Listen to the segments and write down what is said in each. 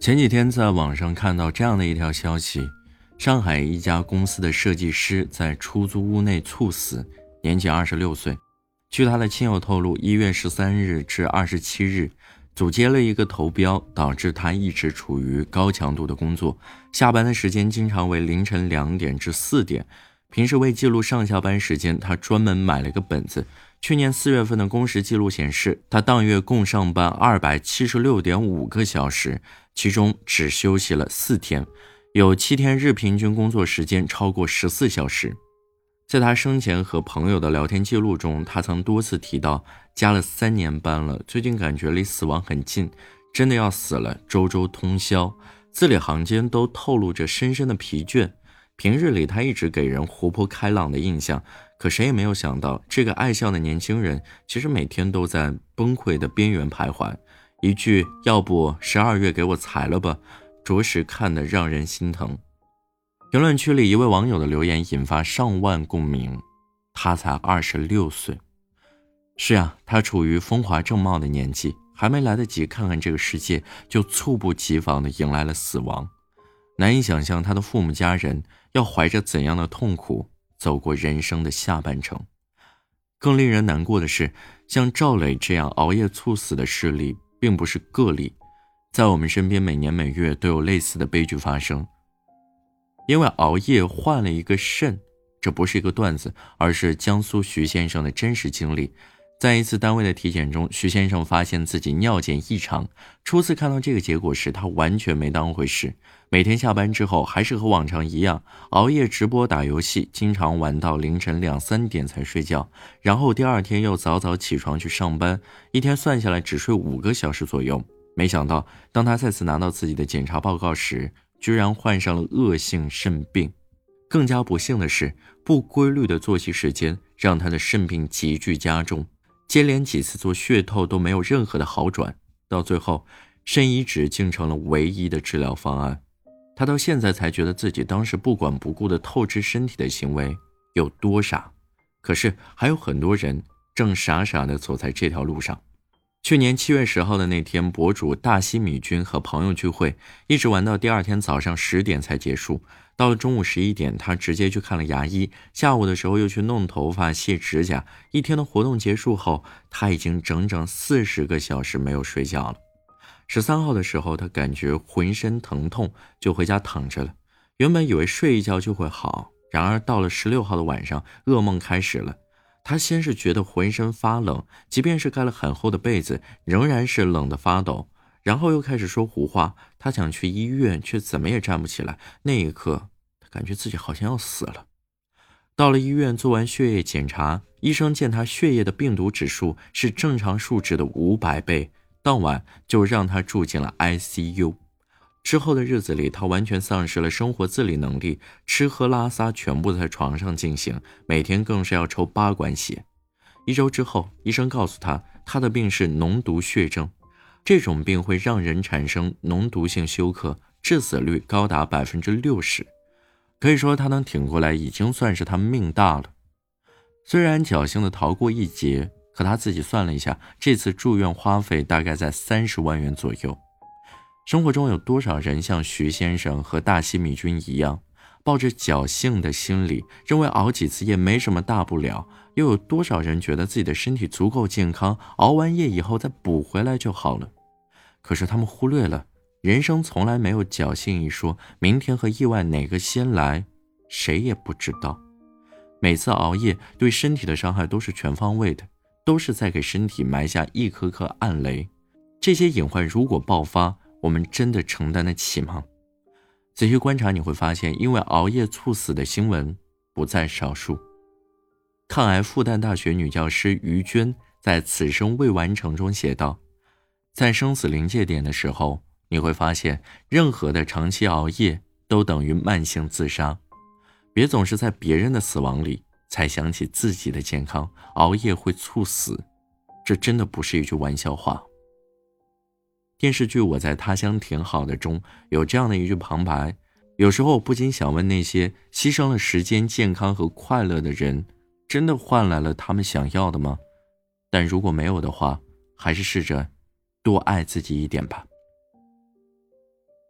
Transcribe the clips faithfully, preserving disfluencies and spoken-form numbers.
前几天在网上看到这样的一条消息，上海一家公司的设计师在出租屋内猝死，年仅二十六岁。据他的亲友透露，一月十三日至二十七日组接了一个投标，导致他一直处于高强度的工作，下班的时间经常为凌晨两点至四点。平时为记录上下班时间，他专门买了一个本子。去年四月份的工时记录显示，他当月共上班二百七十六点五个小时，其中只休息了四天，有七天日平均工作时间超过十四小时。在他生前和朋友的聊天记录中，他曾多次提到加了三年班了，最近感觉离死亡很近，真的要死了，周周通宵，字里行间都透露着深深的疲倦。平日里他一直给人活泼开朗的印象，可谁也没有想到，这个爱笑的年轻人其实每天都在崩溃的边缘徘徊。一句要不十二月给我裁了吧，着实看得让人心疼。评论区里一位网友的留言引发上万共鸣，他才二十六岁。是啊，他处于风华正茂的年纪，还没来得及看看这个世界，就猝不及防地迎来了死亡。难以想象他的父母家人要怀着怎样的痛苦走过人生的下半程。更令人难过的是，像赵磊这样熬夜猝死的事例并不是个例，在我们身边每年每月都有类似的悲剧发生。因为熬夜换了一个肾，这不是一个段子，而是江苏徐先生的真实经历。在一次单位的体检中，徐先生发现自己尿检异常，初次看到这个结果时，他完全没当回事。每天下班之后还是和往常一样，熬夜直播打游戏，经常玩到凌晨两三点才睡觉，然后第二天又早早起床去上班，一天算下来只睡五个小时左右。没想到当他再次拿到自己的检查报告时，居然患上了恶性肾病。更加不幸的是，不规律的作息时间让他的肾病急剧加重，接连几次做血透都没有任何的好转，到最后肾移植竟成了唯一的治疗方案。他到现在才觉得自己当时不管不顾的透支身体的行为有多傻，可是还有很多人正傻傻地走在这条路上。去年七月十号的那天，博主大西米君和朋友聚会，一直玩到第二天早上十点才结束。到了中午十一点，他直接去看了牙医，下午的时候又去弄头发卸指甲。一天的活动结束后，他已经整整四十个小时没有睡觉了。十三号的时候，他感觉浑身疼痛，就回家躺着了。原本以为睡一觉就会好，然而到了十六号的晚上，噩梦开始了。他先是觉得浑身发冷，即便是盖了很厚的被子，仍然是冷得发抖，然后又开始说胡话。他想去医院，却怎么也站不起来。那一刻，他感觉自己好像要死了。到了医院做完血液检查，医生见他血液的病毒指数是正常数值的五百倍，当晚就让他住进了 I C U。之后的日子里，他完全丧失了生活自理能力，吃喝拉撒全部在床上进行，每天更是要抽八管血。一周之后，医生告诉他，他的病是脓毒血症，这种病会让人产生脓毒性休克，致死率高达 百分之六十。 可以说他能挺过来已经算是他命大了。虽然侥幸的逃过一劫，可他自己算了一下，这次住院花费大概在三十万元左右。生活中有多少人像徐先生和大西米君一样，抱着侥幸的心理，认为熬几次夜没什么大不了，又有多少人觉得自己的身体足够健康，熬完夜以后再补回来就好了。可是他们忽略了，人生从来没有侥幸一说，明天和意外哪个先来，谁也不知道。每次熬夜对身体的伤害都是全方位的，都是在给身体埋下一颗颗暗雷。这些隐患如果爆发，我们真的承担得起吗？仔细观察你会发现，因为熬夜猝死的新闻不在少数。抗癌复旦大学女教师于娟在《此生未完成》中写道，在生死临界点的时候，你会发现任何的长期熬夜都等于慢性自杀。别总是在别人的死亡里才想起自己的健康，熬夜会猝死，这真的不是一句玩笑话。电视剧《我在他乡挺好的》中有这样的一句旁白，有时候我不禁想问，那些牺牲了时间、健康和快乐的人，真的换来了他们想要的吗？但如果没有的话，还是试着多爱自己一点吧。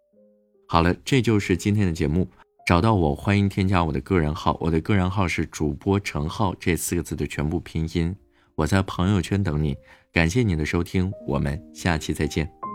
好了，这就是今天的节目。找到我，欢迎添加我的个人号，我的个人号是主播程浩这四个字的全部拼音。我在朋友圈等你，感谢你的收听，我们下期再见。